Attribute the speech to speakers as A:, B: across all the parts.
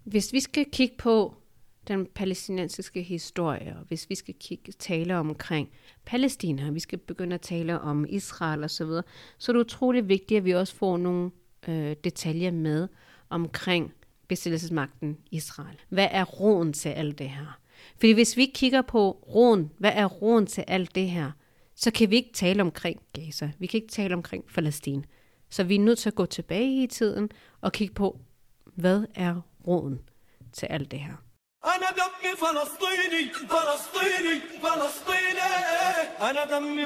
A: Hvis vi skal kigge på den palæstinensiske historie, og hvis vi skal tale omkring Palæstina, vi skal begynde at tale om Israel og så videre, så er det utroligt vigtigt, at vi også får nogle detaljer med omkring besættelsesmagten Israel. Hvad er roden til alt det her? Fordi hvis vi kigger på roden, hvad er roden til alt det her, så kan vi ikke tale omkring Gaza. Vi kan ikke tale omkring Palæstina. Så vi er nødt til at gå tilbage i tiden og kigge på, hvad er roden til alt det her.
B: أنا دمي فلسطيني فلسطيني فلسطيني أنا دمي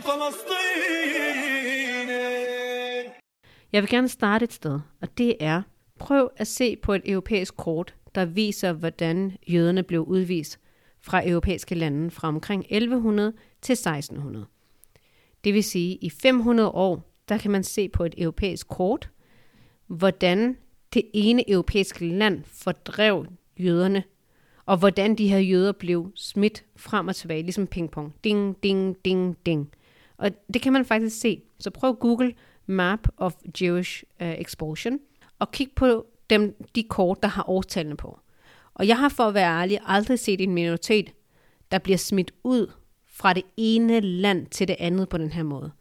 B: فلسطيني.
A: Jeg vil gerne starte et sted, og det er, prøv at se på et europæisk kort, der viser, hvordan jøderne blev udvist fra europæiske lande fra omkring 1100 til 1600. Det vil sige, i 500 år, der kan man se på et europæisk kort, hvordan det ene europæiske land fordrev jøderne, og hvordan de her jøder blev smidt frem og tilbage, ligesom pingpong. Ding, ding, ding, ding. Og det kan man faktisk se. Så prøv Google Map of Jewish Expulsion, og kig på de kort, der har årstallene på. Og jeg har for at være ærlig aldrig set en minoritet, der bliver smidt ud fra det ene land til det andet på den her måde.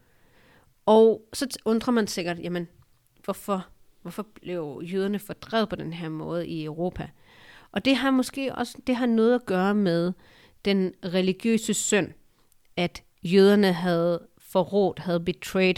A: Og så undrer man sikkert, jamen, hvorfor blev jøderne fordrevet på den her måde i Europa? Og det har måske også noget at gøre med den religiøse synd, at jøderne havde forrådt, havde betrayed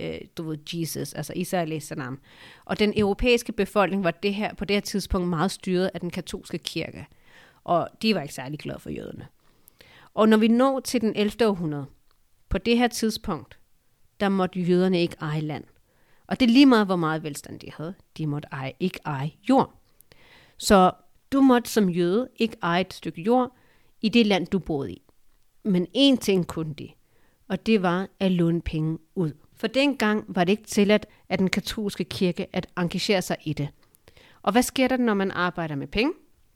A: Jesus, altså Isa alayhi salam. Og den europæiske befolkning var på det her tidspunkt meget styret af den katolske kirke. Og de var ikke særlig glade for jøderne. Og når vi når til den 11. århundrede, på det her tidspunkt, der måtte jøderne ikke eje land. Og det er lige meget, hvor meget velstand de havde. De måtte ikke eje jord. Så du måtte som jøde ikke eje et stykke jord i det land, du boede i. Men én ting kunne de, og det var at låne penge ud. For dengang var det ikke tilladt af den katolske kirke at engagere sig i det. Og hvad sker der, når man arbejder med penge?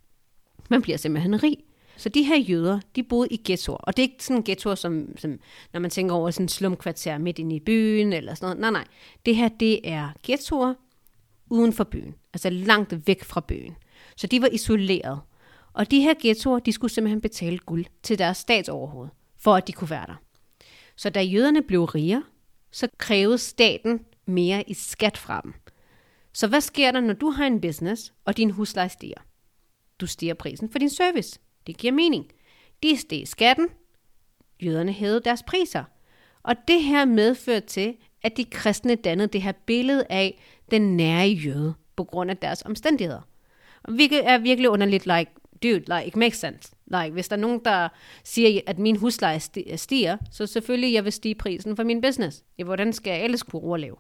A: Man bliver simpelthen rig. Så de her jøder, de boede i ghettoer. Og det er ikke sådan en ghettoer, som når man tænker over sådan en slumkvarter midt inde i byen eller sådan noget. Nej. Det her, det er ghettoer uden for byen. Altså langt væk fra byen. Så de var isoleret. Og de her ghettoer, de skulle simpelthen betale guld til deres statsoverhoved, for at de kunne være der. Så da jøderne blev rigere, så krævede staten mere i skat fra dem. Så hvad sker der, når du har en business, og din husleje stiger? Du stiger prisen for din service. Det giver mening. De steg skatten. Jøderne hævede deres priser. Og det her medførte til, at de kristne dannede det her billede af den nære jøde, på grund af deres omstændigheder. Hvilket er virkelig underligt, it makes sense. Hvis der er nogen, der siger, at min husleje stiger, så selvfølgelig jeg vil stige prisen for min business. Hvordan skal jeg ellers kunne overleve?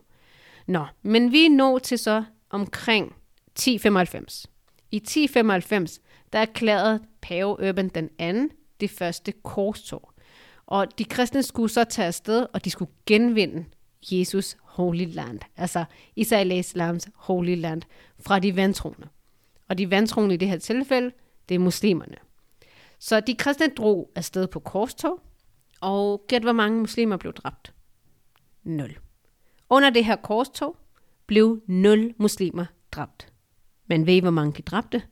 A: Men vi er nået til så omkring 1095. I 1095, der erklærede pave Urban den anden det første korstog. Og de kristne skulle så tage afsted, og de skulle genvinde Jesus Holy Land. Altså Isa alayhi salams Holy Land fra de vantroende. Og de vantroende i det her tilfælde, det er muslimerne. Så de kristne drog afsted på korstog, og gæt hvor mange muslimer blev dræbt? 0. Under det her korstog blev 0 muslimer dræbt. Men ved I, hvor mange de dræbte?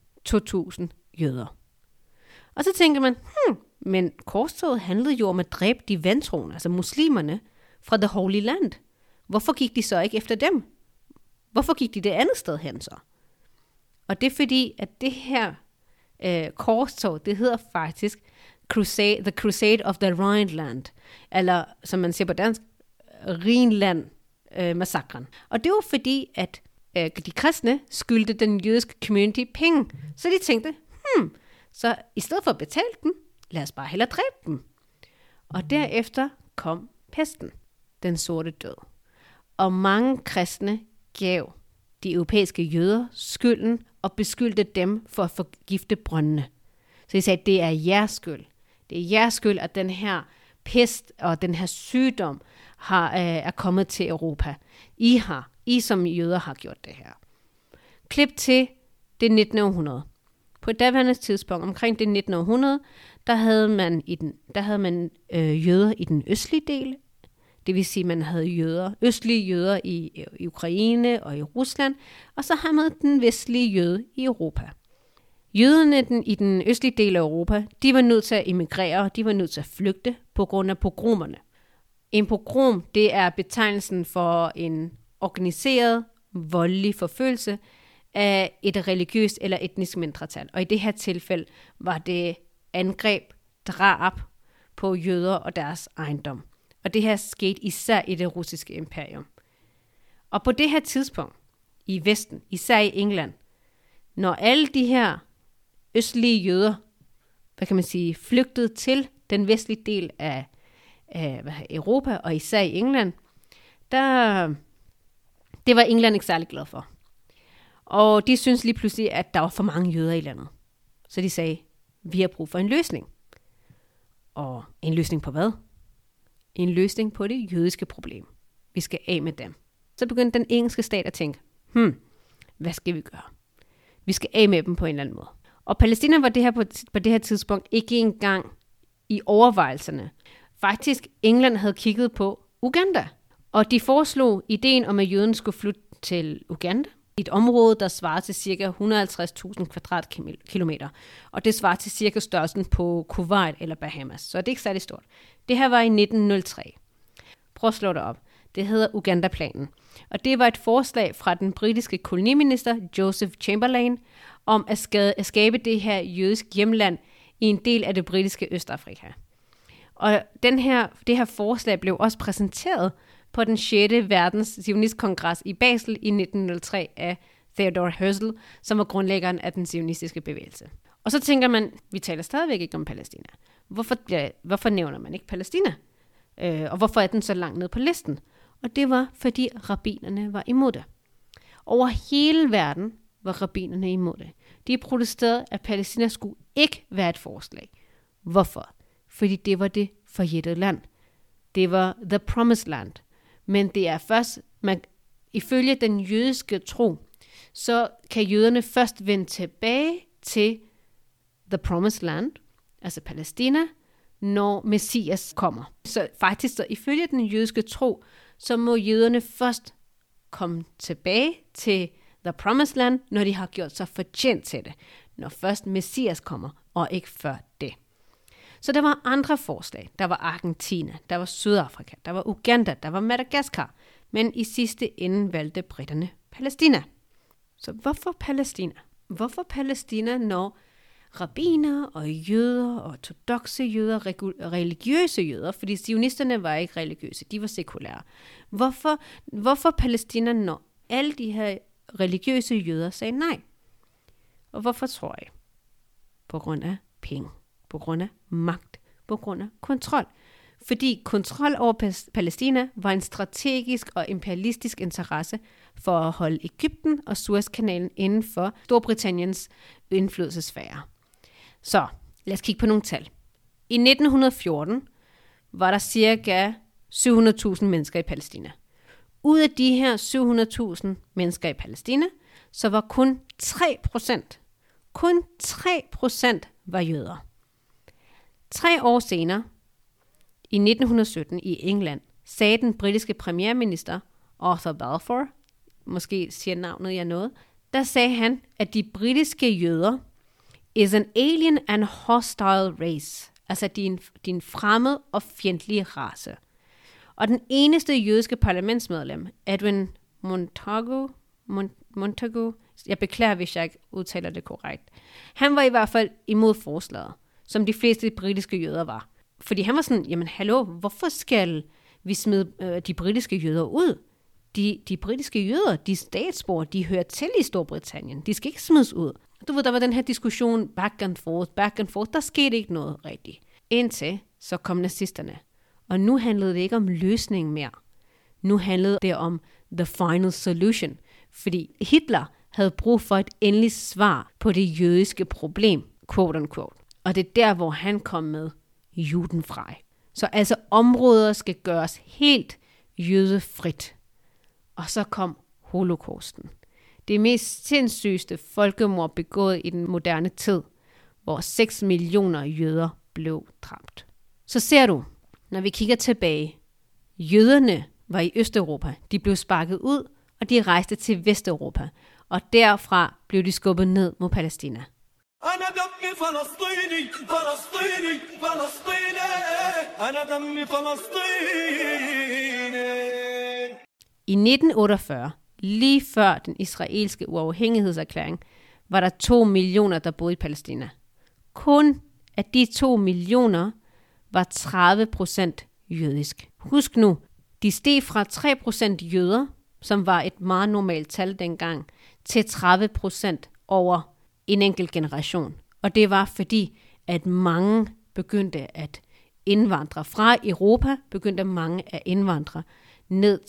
A: 2.000 jøder. Og så tænker man, men korstoget handlede jo om at dræbe de vantroende, altså muslimerne, fra The Holy Land. Hvorfor gik de så ikke efter dem? Hvorfor gik de det andet sted hen så? Og det er fordi, at det her korstog, det hedder faktisk The Crusade of the Rhineland, eller som man siger på dansk, Rhinland-massakren. Og det var fordi, at de kristne skyldte den jødiske community penge. Så de tænkte, så i stedet for at betale dem, lad os bare hellere dræbe dem. Og derefter kom pesten, den sorte død. Og mange kristne gav de europæiske jøder skylden og beskyldte dem for at forgifte brøndene. Så de sagde, det er jeres skyld. Det er jeres skyld, at den her pest og den her sygdom er kommet til Europa. I som jøder har gjort det her. Klip til det 19. århundrede. På et daværende tidspunkt, omkring det 19. århundrede, der havde man jøder i den østlige del. Det vil sige, at man havde østlige jøder i Ukraine og i Rusland, og så havde man den vestlige jøde i Europa. Jøderne i den østlige del af Europa, de var nødt til at emigrere, de var nødt til at flygte på grund af pogromerne. En pogrom, det er betegnelsen for en organiseret, voldelig forfølgelse af et religiøst eller etnisk mindretal. Og i det her tilfælde var det angreb, drab på jøder og deres ejendom. Og det her skete især i det russiske imperium. Og på det her tidspunkt i Vesten, især i England, når alle de her østlige jøder, flygtede til den vestlige del af Europa, og især i England, det var England ikke særlig glad for. Og de syntes lige pludselig, at der var for mange jøder i landet. Så de sagde, vi har brug for en løsning. Og en løsning på hvad? En løsning på det jødiske problem. Vi skal af med dem. Så begyndte den engelske stat at tænke, hvad skal vi gøre? Vi skal af med dem på en eller anden måde. Og Palæstina var på det her tidspunkt ikke engang i overvejelserne. Faktisk, England havde kigget på Uganda. Og de foreslog ideen om, at jøderne skulle flytte til Uganda. Et område, der svarer til ca. 150.000 kvadratkilometer. Og det svarer til cirka størrelsen på Kuwait eller Bahamas. Så det er ikke særlig stort. Det her var i 1903. Prøv at slå det op. Det hedder Uganda-planen. Og det var et forslag fra den britiske koloniminister Joseph Chamberlain om at skabe det her jødisk hjemland i en del af det britiske Østafrika. Og det her forslag blev også præsenteret på den 6. verdens zionistkongres i Basel i 1903 af Theodor Herzl, som var grundlæggeren af den zionistiske bevægelse. Og så tænker man, vi taler stadigvæk ikke om Palæstina. Hvorfor nævner man ikke Palæstina? Og hvorfor er den så langt ned på listen? Og det var, fordi rabbinerne var imod det. Over hele verden var rabbinerne imod det. De protesterede, at Palæstina skulle ikke være et forslag. Hvorfor? Fordi det var det forjættede land. Det var the promised land. Men det er først, ifølge den jødiske tro, så kan jøderne først vende tilbage til the promised land, altså Palæstina, når Messias kommer. Så faktisk, så ifølge den jødiske tro, så må jøderne først komme tilbage til the promised land, når de har gjort sig fortjent til det. Når først Messias kommer, og ikke før det. Så der var andre forslag. Der var Argentina, der var Sydafrika, der var Uganda, der var Madagaskar. Men i sidste ende valgte briterne Palæstina. Så hvorfor Palæstina? Hvorfor Palæstina, når rabbiner og jøder og ortodokse jøder, religiøse jøder, fordi zionisterne var ikke religiøse, de var sekulære. Hvorfor Palæstina, når alle de her religiøse jøder sagde nej? Og hvorfor tror jeg? På grund af penge, på grund af magt, på grund af kontrol. Fordi kontrol over Palæstina var en strategisk og imperialistisk interesse for at holde Egypten og Suezkanalen inden for Storbritanniens indflydelsessfære. Så lad os kigge på nogle tal. I 1914 var der cirka 700.000 mennesker i Palæstina. Ud af de her 700.000 mennesker i Palæstina, så var kun 3% var jøder. 3 år senere, i 1917 i England, sagde den britiske premierminister Arthur Balfour, måske siger navnet jeg noget, der sagde han, at de britiske jøder is an alien and hostile race. Altså de er en fremmed og fjendtlige race. Og den eneste jødiske parlamentsmedlem, Edwin Montagu, jeg beklager, hvis jeg ikke udtaler det korrekt, han var i hvert fald imod forslaget, som de fleste britiske jøder var. Fordi han var sådan, jamen hallo, hvorfor skal vi smide de britiske jøder ud? De britiske jøder, de statsborgere, de hører til i Storbritannien. De skal ikke smides ud. Du ved, der var den her diskussion back and forth. Der skete ikke noget rigtigt. Indtil så kom nazisterne. Og nu handlede det ikke om løsning mere. Nu handlede det om the final solution. Fordi Hitler havde brug for et endeligt svar på det jødiske problem, quote unquote. Og det er der, hvor han kom med judenfri. Så altså områder skal gøres helt jødefrit. Og så kom holocausten. Det mest sindssygeste folkemord begået i den moderne tid, hvor 6 millioner jøder blev dræbt. Så ser du, når vi kigger tilbage, jøderne var i Østeuropa. De blev sparket ud, og de rejste til Vesteuropa. Og derfra blev de skubbet ned mod Palæstina.
B: أنا دمي فلسطيني فلسطيني فلسطيني أنا دمي فلسطيني.
A: I 1948, lige før den israelske uafhængighedserklæring, var der 2 millioner, der boede i Palæstina. Kun af de 2 millioner var 30% jødisk. Husk nu, de steg fra 3% jøder, som var et meget normalt tal dengang, til 30% over en enkelt generation. Og det var fordi, at mange begyndte at indvandre fra Europa, begyndte mange at indvandre ned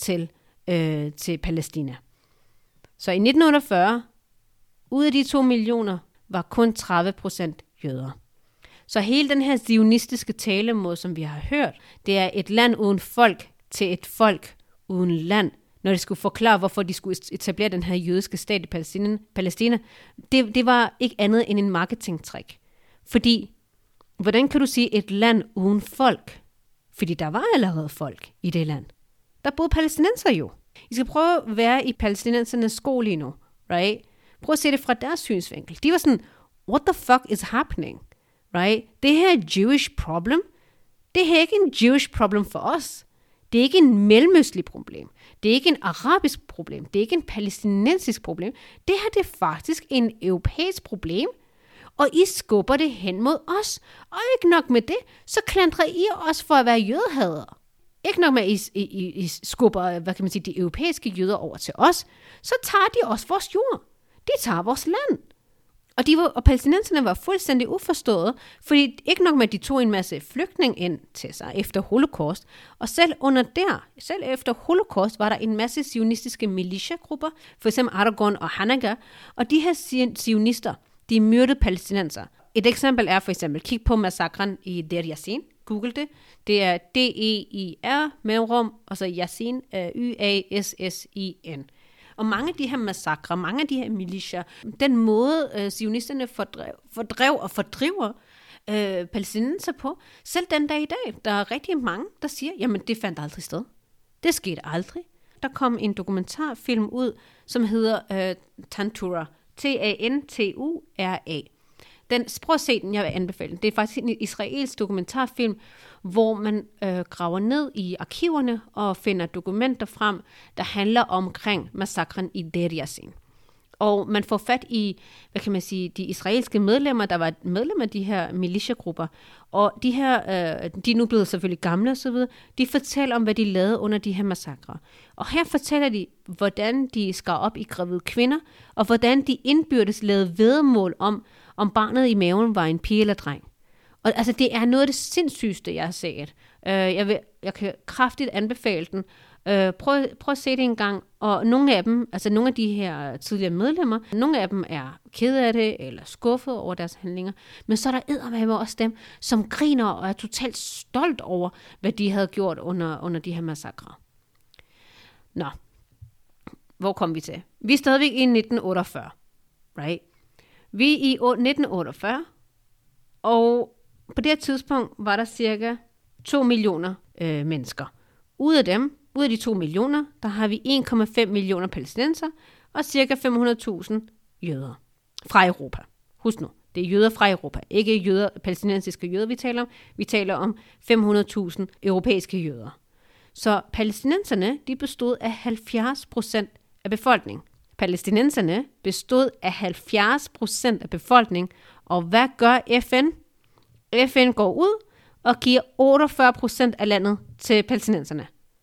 A: til Palæstina. Så i 1948, ud af de 2 millioner, var kun 30% jøder. Så hele den her zionistiske talemåde, som vi har hørt, det er et land uden folk til et folk uden land, når de skulle forklare, hvorfor de skulle etablere den her jødiske stat i Palæstina. Det var ikke andet end en marketingtrick. Fordi, hvordan kan du sige et land uden folk? Fordi der var allerede folk i det land. Der boede palæstinenser jo. I skal prøve at være i palæstinensernes sko lige nu, right? Prøv at se det fra deres synsvinkel. De var sådan, what the fuck is happening? Right? Det her er et Jewish problem. Det her er ikke en Jewish problem for os. Det er ikke en mellemøstlig problem. Det er ikke en arabisk problem. Det er ikke en palæstinensisk problem. Det her det er faktisk en europæisk problem. Og I skubber det hen mod os. Og ikke nok med det, så klandrer I os for at være jødehadere. Ikke nok med, at I skubber, hvad kan man sige, de europæiske jøder over til os. Så tager de også vores jord. De tager vores land. Og palæstinenserne var fuldstændig uforstået, fordi ikke nok med, at de tog en masse flygtning ind til sig efter holocaust, og selv efter holocaust, var der en masse zionistiske militiagrupper, for eksempel Aragon og Hanaga, og de her zionister, de myrdede palæstinenser. Et eksempel er for eksempel, kig på massakren i Deir Yassin, google det, det er D-E-I-R, mellemrum, og så Yassin, Y-A-S-S-I-N. Og mange af de her massakre, mange af de her militier, den måde zionisterne fordrev og fordriver palæstinenser på, selv den dag i dag, der er rigtig mange, der siger, jamen det fandt aldrig sted. Det skete aldrig. Der kom en dokumentarfilm ud, som hedder Tantura, T-A-N-T-U-R-A. Prøv at se den, jeg vil anbefale den. Det er faktisk en israelsk dokumentarfilm, hvor man graver ned i arkiverne og finder dokumenter frem, der handler omkring massakren i Deir Yassin. Og man får fat i, hvad kan man sige, de israelske medlemmer, der var medlemmer af de her militiagrupper. Og de her, de er nu blevet selvfølgelig gamle og så videre, de fortæller om, hvad de lavede under de her massakre. Og her fortæller de, hvordan de skar op i gravide kvinder, og hvordan de indbyrdes lavede væddemål om barnet i maven var en pige eller dreng. Og altså, det er noget af det sindssygeste, jeg har set. Jeg kan kraftigt anbefale den. Prøv at se det en gang. Og nogle af dem, altså nogle af de her tidligere medlemmer, nogle af dem er kede af det, eller skuffet over deres handlinger. Men så er der eddermame også dem, som griner og er totalt stolt over, hvad de havde gjort under de her massakre. Nå, hvor kom vi til? Vi er stadigvæk i 1948, right? Vi er i 1948, og på det her tidspunkt var der cirka 2 millioner mennesker. Ud af de 2 millioner, der har vi 1,5 millioner palæstinenser og cirka 500.000 jøder fra Europa. Husk nu, det er jøder fra Europa, ikke palæstinensiske jøder, vi taler om. Vi taler om 500.000 europæiske jøder. Så palæstinenserne, de bestod af 70% af befolkningen. Palæstinenserne bestod af 70% af befolkningen, og hvad gør FN? FN går ud og giver 48% af landet til palæstinenserne.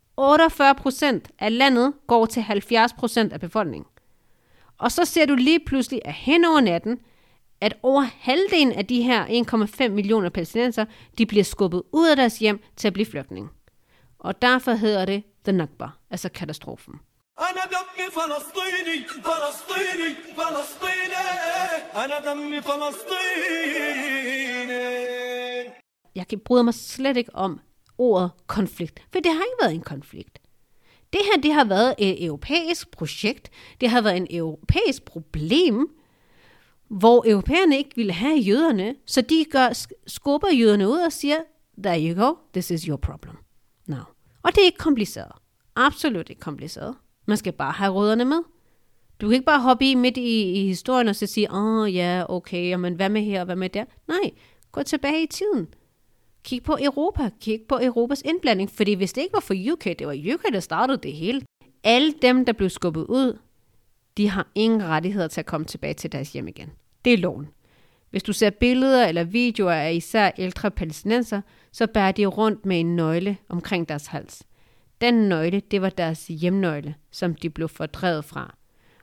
A: 48% af landet går til 70% af befolkningen. Og så ser du lige pludselig, at hen over natten, at over halvdelen af de her 1,5 millioner palæstinenser, de bliver skubbet ud af deres hjem til at blive flygtninge. Og derfor hedder det The Nakba, altså katastrofen.
B: أنا دمي فلسطيني فلسطيني فلسطيني أنا دمي فلسطيني.
A: Jeg bryder mig slet ikke om ordet konflikt, for det har ikke været en konflikt. Det her, det har været et europæisk projekt, det har været en europæisk problem, hvor europæerne ikke ville have jøderne, så de skubber jøderne ud og siger, there you go, this is your problem now. Og det er ikke kompliceret. Absolut ikke kompliceret. Man skal bare have rødderne med. Du kan ikke bare hoppe i midt i historien og så sige, ja, okay, men hvad med her og hvad med der? Nej, gå tilbage i tiden. Kig på Europa. Kig på Europas indblanding. Fordi hvis det ikke var for UK, det var UK, der startede det hele. Alle dem, der blev skubbet ud, de har ingen rettigheder til at komme tilbage til deres hjem igen. Det er loven. Hvis du ser billeder eller videoer af især ældre palæstinenser, så bærer de rundt med en nøgle omkring deres hals. Den nøgle, det var deres hjemnøgle, som de blev fordrevet fra.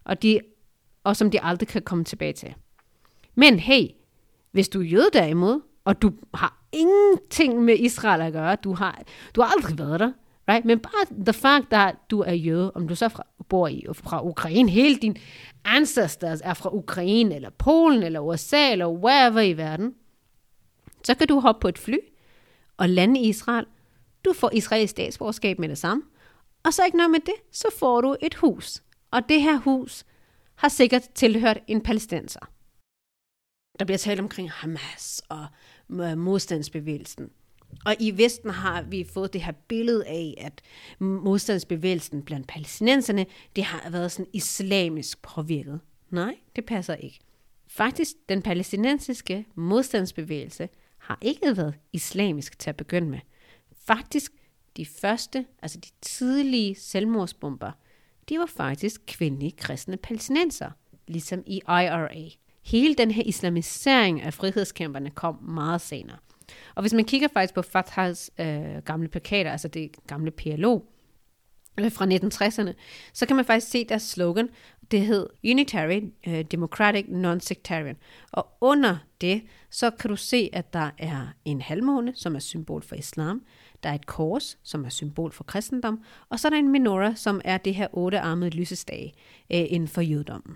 A: Og som de aldrig kan komme tilbage til. Men hey, hvis du er jøde derimod, og du har ingenting med Israel at gøre, du har aldrig været der, right? Men bare the fact, at du er jøde, om du så bor fra Ukraine, hele din ancestors er fra Ukraine, eller Polen, eller USA, eller wherever i verden, så kan du hoppe på et fly og lande i Israel. Du får israelsk statsborgerskab med det samme. Og så ikke noget med det, så får du et hus. Og det her hus har sikkert tilhørt en palæstinenser. Der bliver talt omkring Hamas og modstandsbevægelsen. Og i Vesten har vi fået det her billede af, at modstandsbevægelsen blandt palæstinenserne, det har været sådan islamisk påvirket. Nej, det passer ikke. Faktisk, den palæstinensiske modstandsbevægelse har ikke været islamisk til at begynde med. Faktisk, de første, altså de tidlige selvmordsbomber, de var faktisk kvindelige kristne palæstinenser, ligesom i IRA. Hele den her islamisering af frihedskæmperne kom meget senere. Og hvis man kigger faktisk på Fatahs gamle plakater, altså det gamle PLO fra 1960'erne, så kan man faktisk se deres slogan. Det hed Unitary, Democratic, Non-Sectarian. Og under det, så kan du se, at der er en halvmåne, som er symbol for islam. Der er et kors, som er symbol for kristendom. Og så er der en menorah, som er det her 8-armede lysestage inden for jødedommen.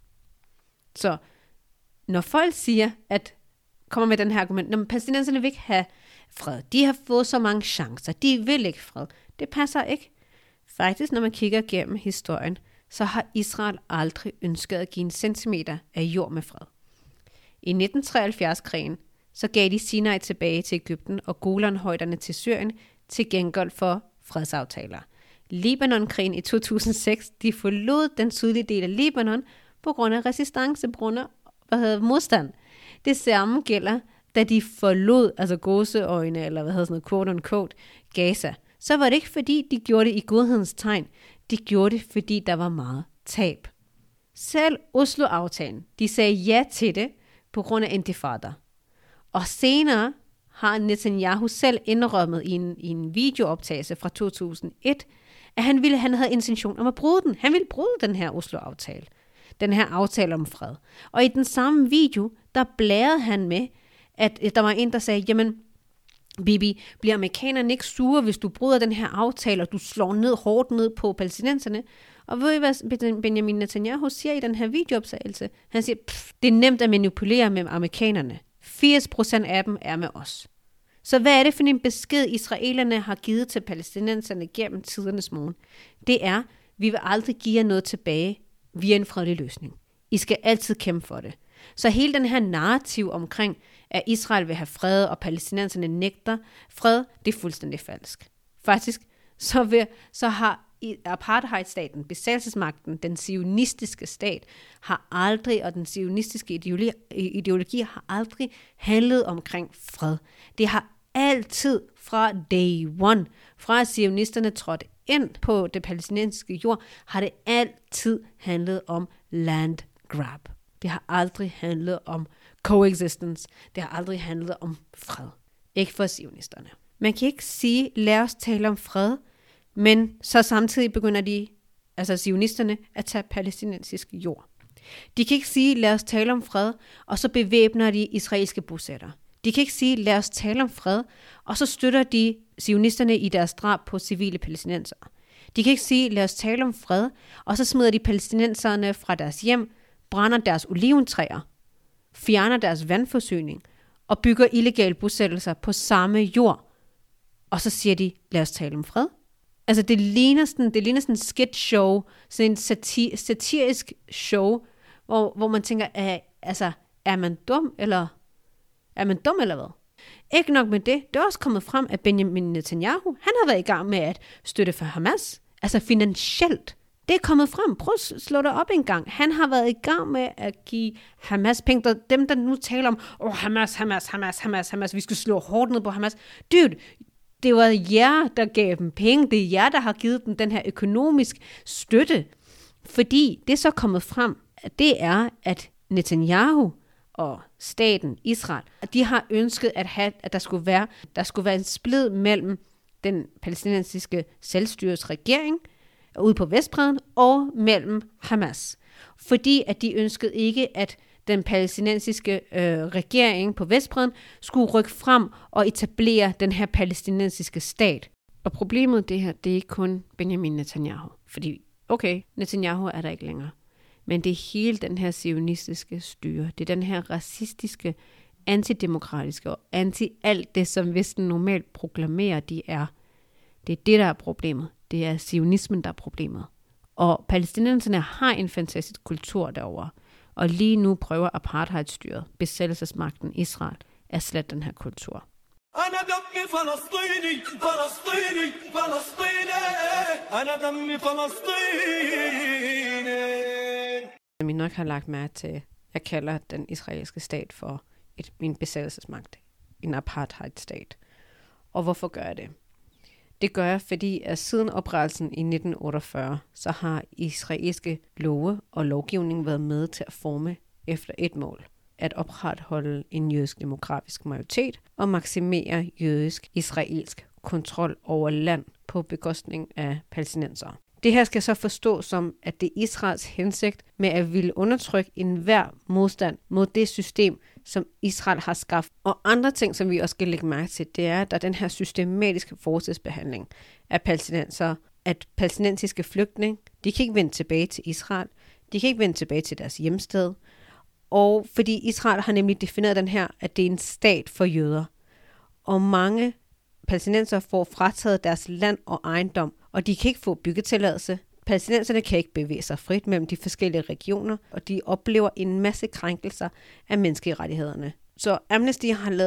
A: Så når folk siger, at kommer med den her argument, når palæstinenserne vil ikke have fred, de har fået så mange chancer, de vil ikke fred, det passer ikke. Faktisk, når man kigger gennem historien, så har Israel aldrig ønsket at give en centimeter af jord med fred. I 1973-krigen, så gav de Sinai tilbage til Egypten og Golanhøjderne til Syrien til gengæld for fredsaftaler. Libanon-krigen i 2006, de forlod den sydlige del af Libanon på grund af resistance, modstand. Det samme gælder, da de forlod, altså gåseøjne, eller quote unquote, Gaza. Så var det ikke fordi, de gjorde det i godhedens tegn. De gjorde det, fordi der var meget tab. Selv Oslo-aftalen, de sagde ja til det på grund af intifada. Og senere har Netanyahu selv indrømmet i en videooptagelse fra 2001, at han havde intention om at bryde den. Han ville bryde den her Oslo-aftale. Den her aftale om fred. Og i den samme video, der blærede han med, at der var en, der sagde, jamen, Bibi, bliver amerikanerne ikke sure, hvis du bryder den her aftale, og du slår hårdt ned på palæstinenserne? Og ved I, hvad Benjamin Netanyahu siger i den her videooptagelse? Han siger, det er nemt at manipulere med amerikanerne. 80% af dem er med os. Så hvad er det for en besked, israelerne har givet til palæstinenserne gennem tidernes morgen? Det er, vi vil aldrig give jer noget tilbage via en fredelig løsning. I skal altid kæmpe for det. Så hele den her narrativ omkring, at Israel vil have fred, og palæstinenserne nægter fred, det er fuldstændig falsk. Faktisk, så har apartheidstaten, besættelsesmagten, den zionistiske stat, har aldrig, og den zionistiske ideologi har aldrig handlet omkring fred. Det har altid fra day one, fra zionisterne trådte ind på det palæstinensiske jord, har det altid handlet om land grab. Det har aldrig handlet om coexistence. Det har aldrig handlet om fred. Ikke for zionisterne. Man kan ikke sige, lad os tale om fred, men så samtidig begynder zionisterne, at tage palæstinensisk jord. De kan ikke sige, lad os tale om fred, og så bevæbner de israelske bosættere. De kan ikke sige, lad os tale om fred, og så støtter de zionisterne i deres drab på civile palæstinensere. De kan ikke sige, lad os tale om fred, og så smider de palæstinenserne fra deres hjem, brænder deres oliventræer, fjerner deres vandforsyning og bygger illegale bosættelser på samme jord. Og så siger de, lad os tale om fred. Altså det ligner sådan en skit show, sådan en satirisk show, hvor man tænker, er man dum eller hvad? Ikke nok med det, det er også kommet frem, at Benjamin Netanyahu, han har været i gang med at støtte for Hamas, altså finansielt. Det er kommet frem. Prøv at slå det op en gang. Han har været i gang med at give Hamas penge. Dem, der nu taler om, Hamas, vi skal slå hårdt ned på Hamas. Dude, det var jer, der gav dem penge. Det er jer, der har givet dem den her økonomisk støtte. Fordi det er så kommet frem, det er, at Netanyahu og staten Israel, de har ønsket at der skulle være en splid mellem den palæstinensiske selvstyres regering ude på Vestbredden og mellem Hamas. Fordi at de ønskede ikke, at den palæstinensiske regering på Vestbredden skulle rykke frem og etablere den her palæstinensiske stat. Og problemet det her, det er ikke kun Benjamin Netanyahu. Fordi, okay, Netanyahu er der ikke længere. Men det er hele den her zionistiske styre. Det er den her racistiske, antidemokratiske og anti-alt det, som Vesten normalt proklamerer, de er. Det er det, der er problemet. Det er zionismen, der er problemet. Og palæstinenserne har en fantastisk kultur derovre. Og lige nu prøver apartheidstyret, besættelsesmagten Israel, at slette den her kultur.
B: أنا دمي فلسطيني فلسطيني فلسطيني أنا دمي فلسطيني.
A: Som I nok har lagt mærke til, jeg kalder den israelske stat for en besættelsesmagt, en apartheidstat. Og hvorfor gør jeg det? Det gør jeg, fordi at siden oprettelsen i 1948, så har israelske love og lovgivning været med til at forme efter et mål. At opretholde en jødisk demografisk majoritet og maksimere jødisk-israelsk kontrol over land på bekostning af palæstinensere. Det her skal så forstås som, at det er Israels hensigt med at ville undertrykke enhver modstand mod det system, som Israel har skabt. Og andre ting, som vi også skal lægge mærke til, det er, at der er den her systematiske forskelsbehandling af palæstinensere, at palæstinensiske flygtninge, de kan ikke vende tilbage til Israel, de kan ikke vende tilbage til deres hjemsted, og fordi Israel har nemlig defineret den her, at det er en stat for jøder. Og mange palæstinensere får frataget deres land og ejendom, og de kan ikke få byggetilladelse. Palæstinenserne kan ikke bevæge sig frit mellem de forskellige regioner, og de oplever en masse krænkelser af menneskerettighederne. Så Amnesty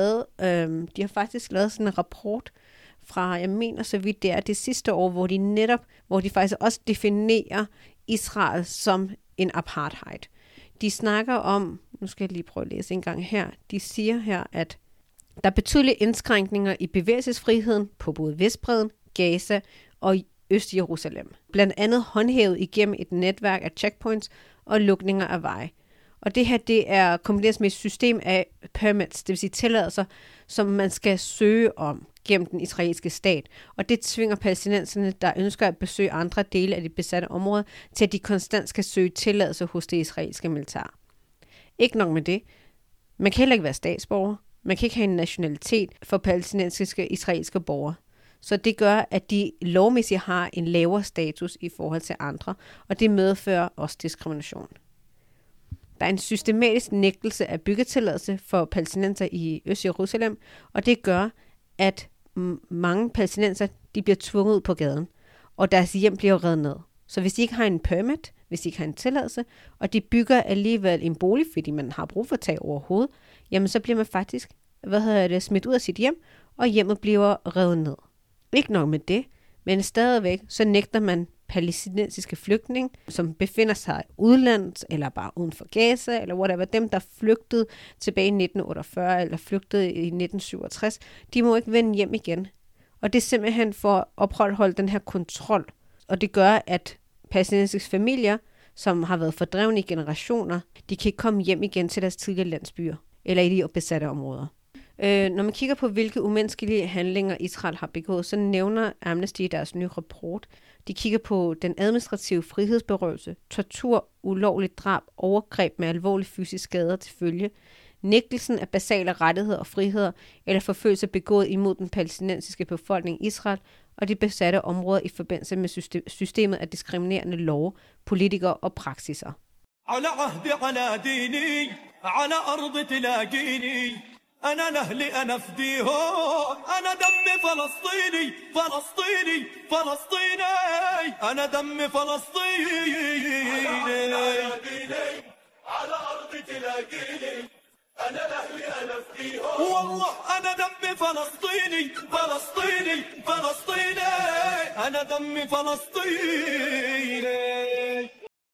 A: de har faktisk lavet sådan en rapport fra, jeg mener så vidt det er det sidste år, hvor de faktisk også definerer Israel som en apartheid. De snakker om, nu skal jeg lige prøve at læse en gang her, de siger her, at der er betydelige indskrænkninger i bevægelsesfriheden på både Vestbredden, Gaza og Øst-Jerusalem. Blandt andet håndhævet igennem et netværk af checkpoints og lukninger af veje. Og det her, det er kombineret med et system af permits, det vil sige tilladelser, som man skal søge om gennem den israelske stat. Og det tvinger palæstinenserne, der ønsker at besøge andre dele af de besatte områder, til at de konstant skal søge tilladelse hos det israelske militær. Ikke nok med det. Man kan heller ikke være statsborger. Man kan ikke have en nationalitet for palæstinensiske israelske borgere. Så det gør, at de lovmæssigt har en lavere status i forhold til andre, og det medfører også diskrimination. Der er en systematisk nægtelse af byggetilladelse for palæstinenser i Øst-Jerusalem, og det gør, at mange palæstinenser de bliver tvunget ud på gaden, og deres hjem bliver revet ned. Så hvis de ikke har en permit, hvis de ikke har en tilladelse, og de bygger alligevel en bolig, fordi man har brug for tag over hovedet, jamen så bliver man faktisk smidt ud af sit hjem, og hjemmet bliver revet ned. Ikke nok med det, men stadigvæk så nægter man palæstinensiske flygtninge, som befinder sig udlandet, eller bare uden for Gaza, eller whatever, dem der flygtede tilbage i 1948, eller flygtede i 1967, de må ikke vende hjem igen. Og det er simpelthen for at opretholde den her kontrol. Og det gør, at palæstinensiske familier, som har været fordrevne i generationer, de kan ikke komme hjem igen til deres tidligere landsbyer, eller i de besatte områder. Når man kigger på, hvilke umenneskelige handlinger Israel har begået, så nævner Amnesty i deres nye rapport. De kigger på den administrative frihedsberøvelse, tortur, ulovligt drab, overgreb med alvorlige fysiske skader til følge, nægtelsen af basale rettigheder og friheder eller forfølgelse begået imod den palæstinensiske befolkning i Israel og de besatte områder i forbindelse med systemet af diskriminerende love, politikere og praksiser.
B: أنا لأهلي أنا فديهم أنا دمي فلسطيني فلسطيني فلسطيني أنا دمي فلسطيني على أرضي تلاقيني أنا لأهلي أنا فديهم والله أنا دمي فلسطيني فلسطيني فلسطيني أنا دمي فلسطيني